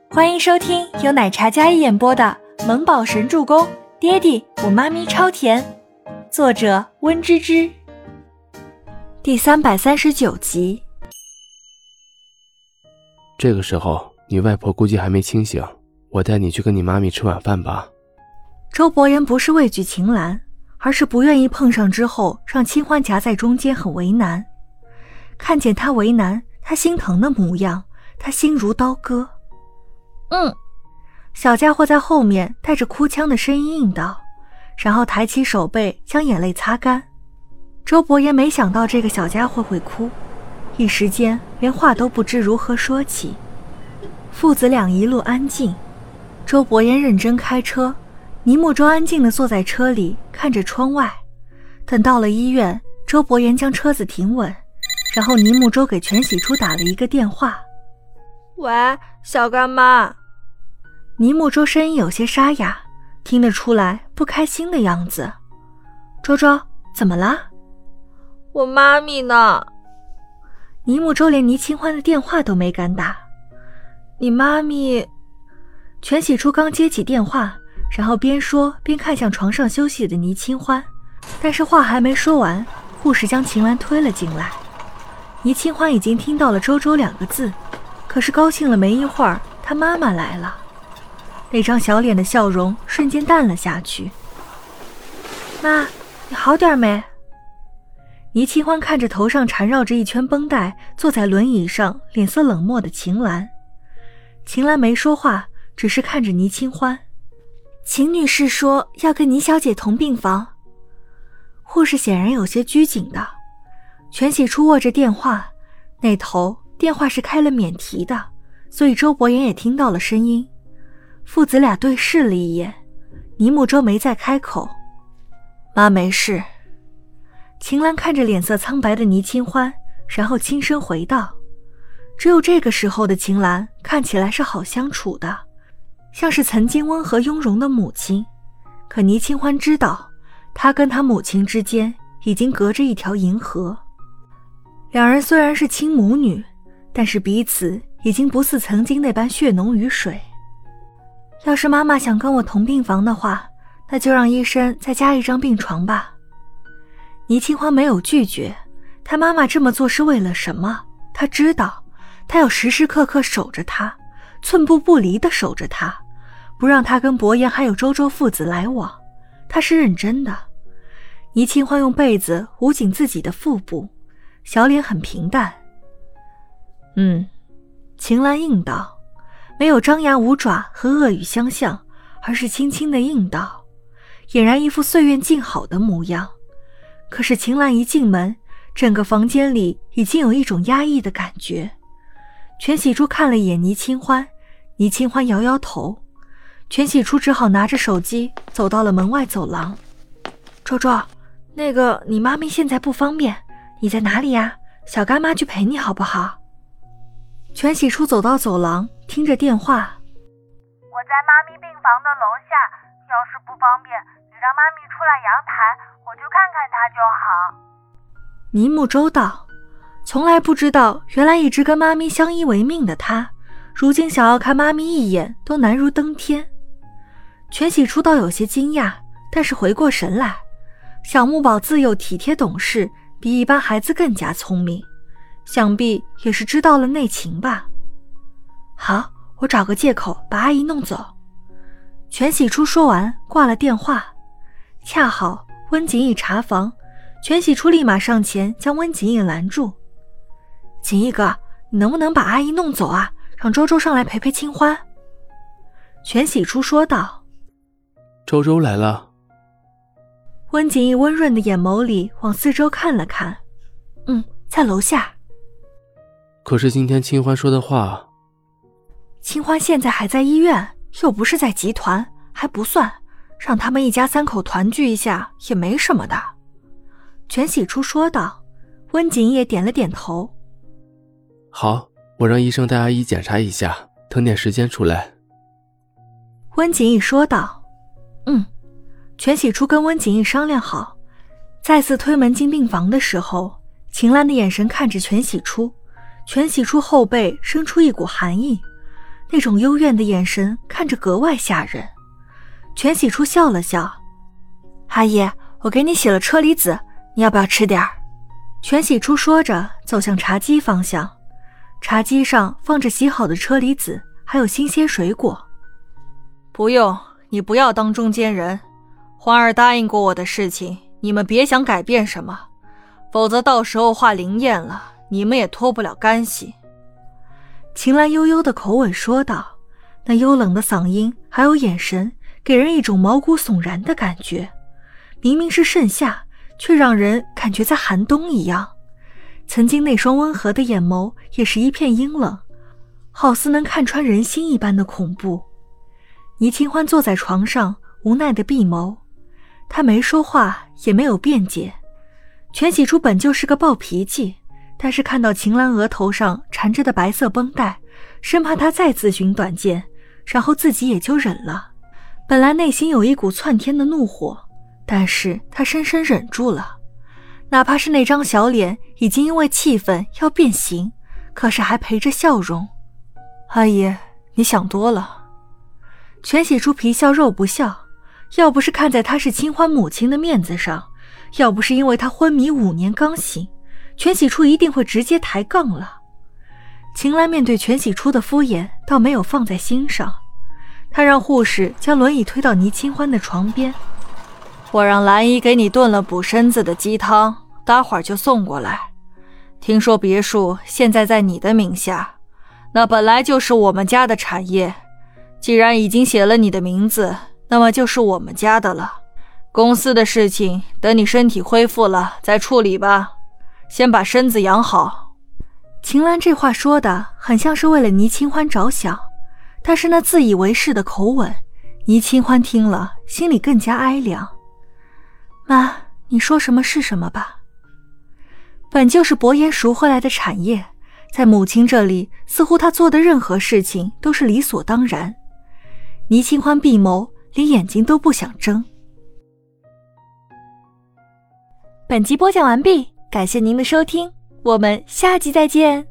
欢迎收听由奶茶一演播的《萌宝神助攻》，爹地我妈咪超甜，作者温芝芝。第339集。 这个时候你外婆估计还没清醒，我带你去跟你妈咪吃晚饭吧。 周伯言不是畏惧秦岚，而是不愿意碰上之后让清欢夹在中间很为难。看见他为难，他心疼的模样，他心如刀割。小家伙在后面带着哭腔的声音应道，然后抬起手背将眼泪擦干。周伯言没想到这个小家伙会哭，一时间连话都不知如何说起。父子俩一路安静，周伯言认真开车，倪木舟安静地坐在车里看着窗外。等到了医院，周伯言将车子停稳，然后倪木舟给全喜初打了一个电话。 喂，小干妈。 倪木舟声音有些沙哑，听得出来不开心的样子。周周，怎么了？ 我妈咪呢？ 倪木舟连倪清欢的电话都没敢打。你妈咪……全喜初刚接起电话，然后边说边看向床上休息的倪清欢，但是话还没说完，护士将秦岚推了进来。倪清欢已经听到了周周2个字，可是高兴了没一会儿，她妈妈来了。那张小脸的笑容瞬间淡了下去。妈，你好点没？倪清欢看着头上缠绕着一圈绷带坐在轮椅上脸色冷漠的秦岚。秦岚没说话，只是看着倪清欢。秦女士说要跟倪小姐同病房。护士显然有些拘谨的。全喜初握着电话，那头电话是开了免提的，所以周伯言也听到了声音。父子俩对视了一眼，倪木舟没再开口。妈没事。秦岚看着脸色苍白的倪清欢，然后轻声回道。只有这个时候的秦岚看起来是好相处的，像是曾经温和雍容的母亲。可倪清欢知道，她跟她母亲之间已经隔着一条银河。两人虽然是亲母女，但是彼此已经不似曾经那般血浓于水。要是妈妈想跟我同病房的话，那就让医生再加一张病床吧。倪清欢没有拒绝，她妈妈这么做是为了什么？她知道，她要时时刻刻守着她，寸步不离地守着她，不让她跟伯言还有周周父子来往。她是认真的。倪清欢用被子捂紧自己的腹部，小脸很平淡。秦岚应道，没有张牙舞爪和恶语相向，而是轻轻地应道，俨然一副岁月静好的模样。可是秦岚一进门，整个房间里已经有一种压抑的感觉。全喜初看了一眼倪清欢，倪清欢摇摇头。全喜初只好拿着手机走到了门外走廊。周周，那个你妈咪现在不方便，你在哪里呀？小干妈去陪你好不好？全喜初走到走廊，听着电话。 我在妈咪病房的楼下，要是不方便，你让妈咪出来阳台，我去看看她就好。 倪木舟道，从来不知道原来一直跟妈咪相依为命的他，如今想要看妈咪一眼都难如登天。全喜初倒有些惊讶，但是回过神来，小木宝自幼体贴懂事，比一般孩子更加聪明，想必也是知道了内情吧。好，我找个借口把阿姨弄走。全喜初说完挂了电话。恰好温景逸查房，全喜初立马上前将温景逸拦住。景逸哥，你能不能把阿姨弄走啊？让周周上来陪陪清欢。全喜初说道。 周周来了。 温景逸温润的眼眸里往四周看了看。在楼下。 可是今天清欢说的话。 清欢现在还在医院，又不是在集团，还不算，让他们一家3口团聚一下也没什么的。全喜初说道。温景逸也点了点头。 好，我让医生带阿姨检查一下，腾点时间出来。 温景逸说道。全喜初跟温景逸商量好，再次推门进病房的时候，秦岚的眼神看着全喜初，全喜初后背生出一股寒意， 那种幽怨的眼神看着格外吓人。全喜初笑了笑，阿姨，我给你洗了车厘子，你要不要吃点儿？全喜初说着走向茶几方向，茶几上放着洗好的车厘子，还有新鲜水果。 不用，你不要当中间人，欢儿答应过我的事情，你们别想改变什么，否则到时候话灵验了，你们也脱不了干系。 秦岚悠悠的口吻说道，那幽冷的嗓音还有眼神给人一种毛骨悚然的感觉，明明是盛夏，却让人感觉在寒冬一样。曾经那双温和的眼眸也是一片阴冷，好似能看穿人心一般的恐怖。倪清欢坐在床上无奈地闭眸，他没说话也没有辩解。全喜初本就是个暴脾气，但是看到秦岚额头上缠着的白色绷带，生怕她再自寻短见，然后自己也就忍了。本来内心有一股窜天的怒火，但是他深深忍住了。哪怕是那张小脸已经因为气愤要变形，可是还陪着笑容。阿姨，你想多了。全喜初皮笑肉不笑，要不是看在他是清欢母亲的面子上，要不是因为他昏迷5年刚醒，全喜初一定会直接抬杠了。秦岚面对全喜初的敷衍倒没有放在心上，他让护士将轮椅推到倪清欢的床边。 我让兰姨给你炖了补身子的鸡汤，待会儿就送过来。听说别墅现在在你的名下，那本来就是我们家的产业，既然已经写了你的名字，那么就是我们家的了。公司的事情等你身体恢复了再处理吧，先把身子养好。 秦岚这话说的很像是为了倪清欢着想，但是那自以为是的口吻，倪清欢听了心里更加哀凉。妈，你说什么是什么吧。本就是薄颜赎回来的产业，在母亲这里似乎她做的任何事情都是理所当然。倪清欢闭眸，连眼睛都不想睁。本集播讲完毕，感谢您的收听，我们下集再见。